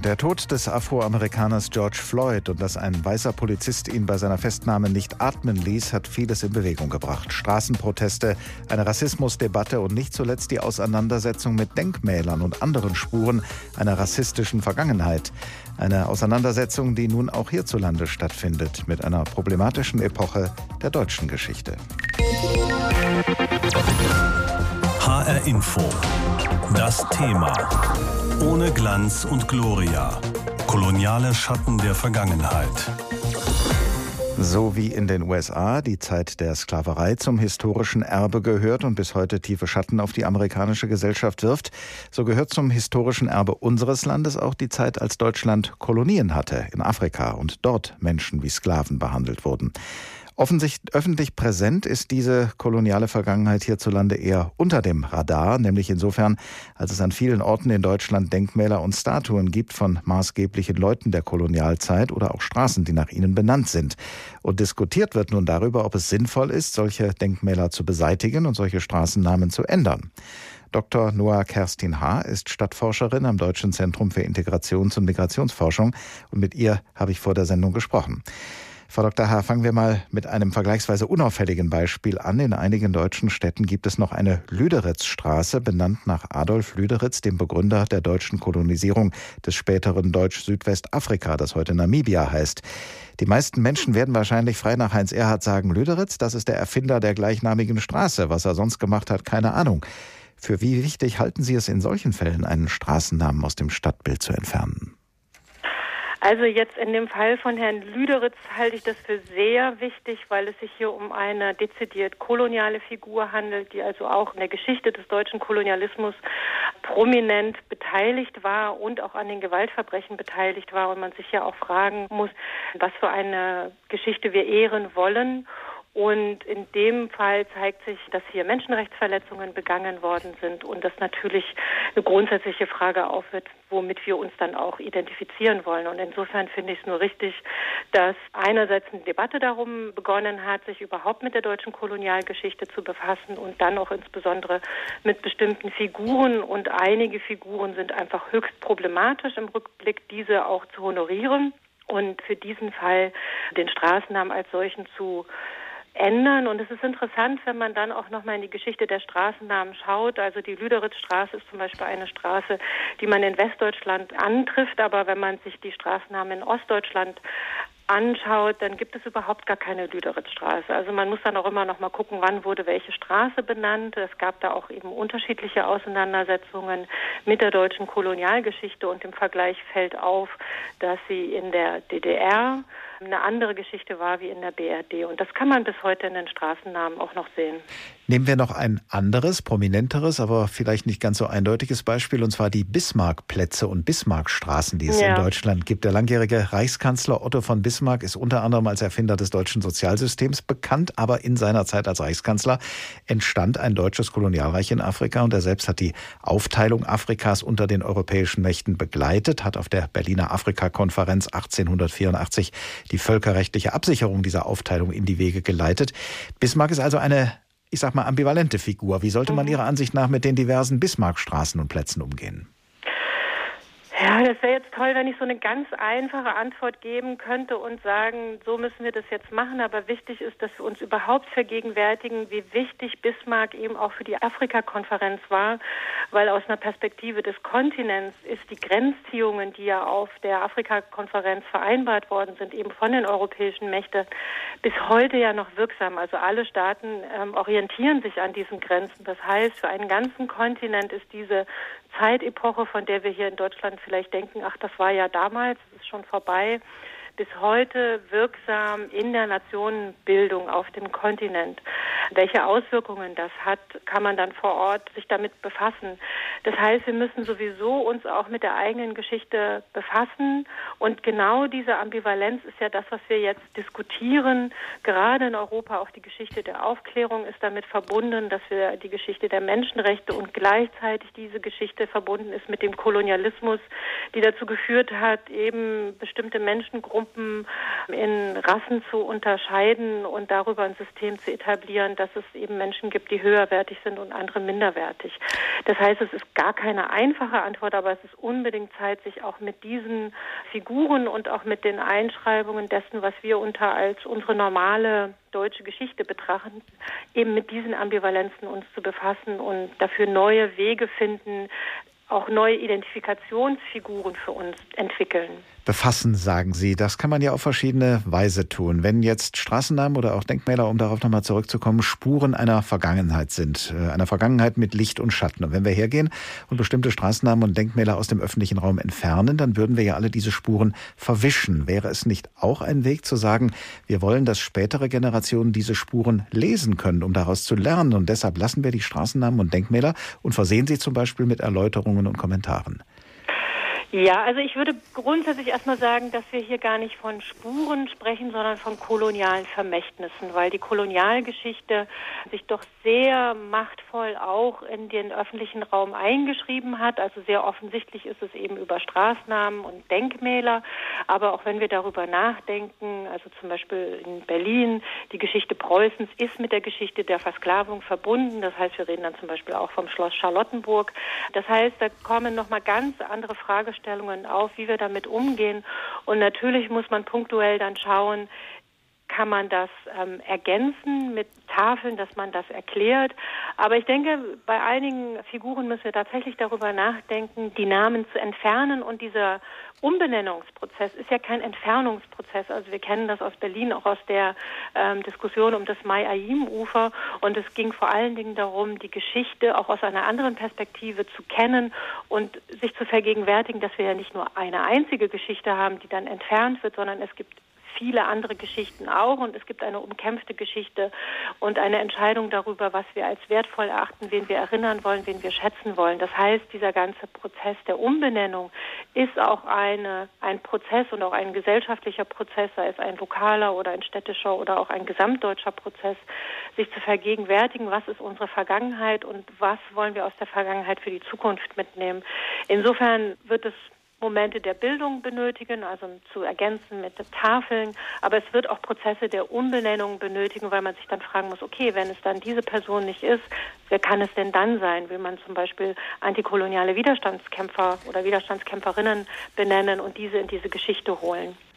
Der Tod des Afroamerikaners George Floyd und dass ein weißer Polizist ihn bei seiner Festnahme nicht atmen ließ, hat vieles in Bewegung gebracht. Straßenproteste, eine Rassismusdebatte und nicht zuletzt die Auseinandersetzung mit Denkmälern und anderen Spuren einer rassistischen Vergangenheit. Eine Auseinandersetzung, die nun auch hierzulande stattfindet, mit einer problematischen Epoche der deutschen Geschichte. HR Info. Das Thema. Ohne Glanz und Gloria. Koloniale Schatten der Vergangenheit. So wie in den USA die Zeit der Sklaverei zum historischen Erbe gehört und bis heute tiefe Schatten auf die amerikanische Gesellschaft wirft, so gehört zum historischen Erbe unseres Landes auch die Zeit, als Deutschland Kolonien hatte in Afrika und dort Menschen wie Sklaven behandelt wurden. Offensichtlich öffentlich präsent ist diese koloniale Vergangenheit hierzulande eher unter dem Radar, nämlich insofern, als es an vielen Orten in Deutschland Denkmäler und Statuen gibt von maßgeblichen Leuten der Kolonialzeit oder auch Straßen, die nach ihnen benannt sind. Und diskutiert wird nun darüber, ob es sinnvoll ist, solche Denkmäler zu beseitigen und solche Straßennamen zu ändern. Dr. Noah Kerstin H. ist Stadtforscherin am Deutschen Zentrum für Integrations- und Migrationsforschung und mit ihr habe ich vor der Sendung gesprochen. Frau Dr. H., fangen wir mal mit einem vergleichsweise unauffälligen Beispiel an. In einigen deutschen Städten gibt es noch eine Lüderitzstraße, benannt nach Adolf Lüderitz, dem Begründer der deutschen Kolonisierung des späteren Deutsch-Südwestafrika, das heute Namibia heißt. Die meisten Menschen werden wahrscheinlich frei nach Heinz Erhardt sagen, Lüderitz, das ist der Erfinder der gleichnamigen Straße. Was er sonst gemacht hat, keine Ahnung. Für wie wichtig halten Sie es in solchen Fällen, einen Straßennamen aus dem Stadtbild zu entfernen? Also jetzt in dem Fall von Herrn Lüderitz halte ich das für sehr wichtig, weil es sich hier um eine dezidiert koloniale Figur handelt, die also auch in der Geschichte des deutschen Kolonialismus prominent beteiligt war und auch an den Gewaltverbrechen beteiligt war. Und man sich ja auch fragen muss, was für eine Geschichte wir ehren wollen. Und in dem Fall zeigt sich, dass hier Menschenrechtsverletzungen begangen worden sind und das natürlich eine grundsätzliche Frage aufwirft, womit wir uns dann auch identifizieren wollen. Und insofern finde ich es nur richtig, dass einerseits eine Debatte darum begonnen hat, sich überhaupt mit der deutschen Kolonialgeschichte zu befassen und dann auch insbesondere mit bestimmten Figuren. Und einige Figuren sind einfach höchst problematisch im Rückblick, diese auch zu honorieren und für diesen Fall den Straßennamen als solchen zu ändern. Und es ist interessant, wenn man dann auch nochmal in die Geschichte der Straßennamen schaut. Also die Lüderitzstraße ist zum Beispiel eine Straße, die man in Westdeutschland antrifft. Aber wenn man sich die Straßennamen in Ostdeutschland anschaut, dann gibt es überhaupt gar keine Lüderitzstraße. Also man muss dann auch immer noch mal gucken, wann wurde welche Straße benannt. Es gab da auch eben unterschiedliche Auseinandersetzungen mit der deutschen Kolonialgeschichte und im Vergleich fällt auf, dass sie in der DDR eine andere Geschichte war wie in der BRD. Und das kann man bis heute in den Straßennamen auch noch sehen. Nehmen wir noch ein anderes, prominenteres, aber vielleicht nicht ganz so eindeutiges Beispiel, und zwar die Bismarckplätze und Bismarckstraßen, die es in Deutschland gibt. Der langjährige Reichskanzler Otto von Bismarck ist unter anderem als Erfinder des deutschen Sozialsystems bekannt, aber in seiner Zeit als Reichskanzler entstand ein deutsches Kolonialreich in Afrika und er selbst hat die Aufteilung Afrikas unter den europäischen Mächten begleitet, hat auf der Berliner Afrikakonferenz 1884 die völkerrechtliche Absicherung dieser Aufteilung in die Wege geleitet. Bismarck ist also eine, ich sag mal, ambivalente Figur. Wie sollte man Ihrer Ansicht nach mit den diversen Bismarck-Straßen und Plätzen umgehen? Ja, das wäre jetzt toll, wenn ich so eine ganz einfache Antwort geben könnte und sagen, so müssen wir das jetzt machen. Aber wichtig ist, dass wir uns überhaupt vergegenwärtigen, wie wichtig Bismarck eben auch für die Afrikakonferenz war, weil aus einer Perspektive des Kontinents ist die Grenzziehungen, die ja auf der Afrikakonferenz vereinbart worden sind, eben von den europäischen Mächten, bis heute ja noch wirksam. Also alle Staaten orientieren sich an diesen Grenzen. Das heißt, für einen ganzen Kontinent ist diese Zeitepoche, von der wir hier in Deutschland vielleicht denken, ach, das war ja damals, das ist schon vorbei, bis heute wirksam in der Nationenbildung auf dem Kontinent. Welche Auswirkungen das hat, kann man dann vor Ort sich damit befassen. Das heißt, wir müssen sowieso uns auch mit der eigenen Geschichte befassen. Und genau diese Ambivalenz ist ja das, was wir jetzt diskutieren. Gerade in Europa auch die Geschichte der Aufklärung ist damit verbunden, dass wir die Geschichte der Menschenrechte und gleichzeitig diese Geschichte verbunden ist mit dem Kolonialismus, die dazu geführt hat, eben bestimmte Menschengruppen Gruppen in Rassen zu unterscheiden und darüber ein System zu etablieren, dass es eben Menschen gibt, die höherwertig sind und andere minderwertig. Das heißt, es ist gar keine einfache Antwort, aber es ist unbedingt Zeit, sich auch mit diesen Figuren und auch mit den Einschreibungen dessen, was wir als unsere normale deutsche Geschichte betrachten, eben mit diesen Ambivalenzen uns zu befassen und dafür neue Wege finden, auch neue Identifikationsfiguren für uns entwickeln. Befassen, sagen Sie. Das kann man ja auf verschiedene Weise tun. Wenn jetzt Straßennamen oder auch Denkmäler, um darauf nochmal zurückzukommen, Spuren einer Vergangenheit sind, einer Vergangenheit mit Licht und Schatten. Und wenn wir hergehen und bestimmte Straßennamen und Denkmäler aus dem öffentlichen Raum entfernen, dann würden wir ja alle diese Spuren verwischen. Wäre es nicht auch ein Weg zu sagen, wir wollen, dass spätere Generationen diese Spuren lesen können, um daraus zu lernen? Und deshalb lassen wir die Straßennamen und Denkmäler und versehen sie zum Beispiel mit Erläuterungen und Kommentaren. Ja, also ich würde grundsätzlich erstmal sagen, dass wir hier gar nicht von Spuren sprechen, sondern von kolonialen Vermächtnissen, weil die Kolonialgeschichte sich doch sehr machtvoll auch in den öffentlichen Raum eingeschrieben hat. Also sehr offensichtlich ist es eben über Straßennamen und Denkmäler. Aber auch wenn wir darüber nachdenken, also zum Beispiel in Berlin, die Geschichte Preußens ist mit der Geschichte der Versklavung verbunden. Das heißt, wir reden dann zum Beispiel auch vom Schloss Charlottenburg. Das heißt, da kommen nochmal ganz andere Fragestellungen auf, wie wir damit umgehen. Und natürlich muss man punktuell dann schauen, kann man das ergänzen mit Tafeln, dass man das erklärt. Aber ich denke, bei einigen Figuren müssen wir tatsächlich darüber nachdenken, die Namen zu entfernen. Und dieser Umbenennungsprozess ist ja kein Entfernungsprozess. Also wir kennen das aus Berlin, auch aus der Diskussion um das Mai-Aim-Ufer. Und es ging vor allen Dingen darum, die Geschichte auch aus einer anderen Perspektive zu kennen und sich zu vergegenwärtigen, dass wir ja nicht nur eine einzige Geschichte haben, die dann entfernt wird, sondern es gibt viele andere Geschichten auch und es gibt eine umkämpfte Geschichte und eine Entscheidung darüber, was wir als wertvoll erachten, wen wir erinnern wollen, wen wir schätzen wollen. Das heißt, dieser ganze Prozess der Umbenennung ist auch ein Prozess und auch ein gesellschaftlicher Prozess, sei es ein lokaler oder ein städtischer oder auch ein gesamtdeutscher Prozess, sich zu vergegenwärtigen, was ist unsere Vergangenheit und was wollen wir aus der Vergangenheit für die Zukunft mitnehmen. Insofern wird es Momente der Bildung benötigen, also zu ergänzen mit Tafeln, aber es wird auch Prozesse der Umbenennung benötigen, weil man sich dann fragen muss, okay, wenn es dann diese Person nicht ist, wer kann es denn dann sein? Will man zum Beispiel antikoloniale Widerstandskämpfer oder Widerstandskämpferinnen benennen und diese in diese Geschichte holen?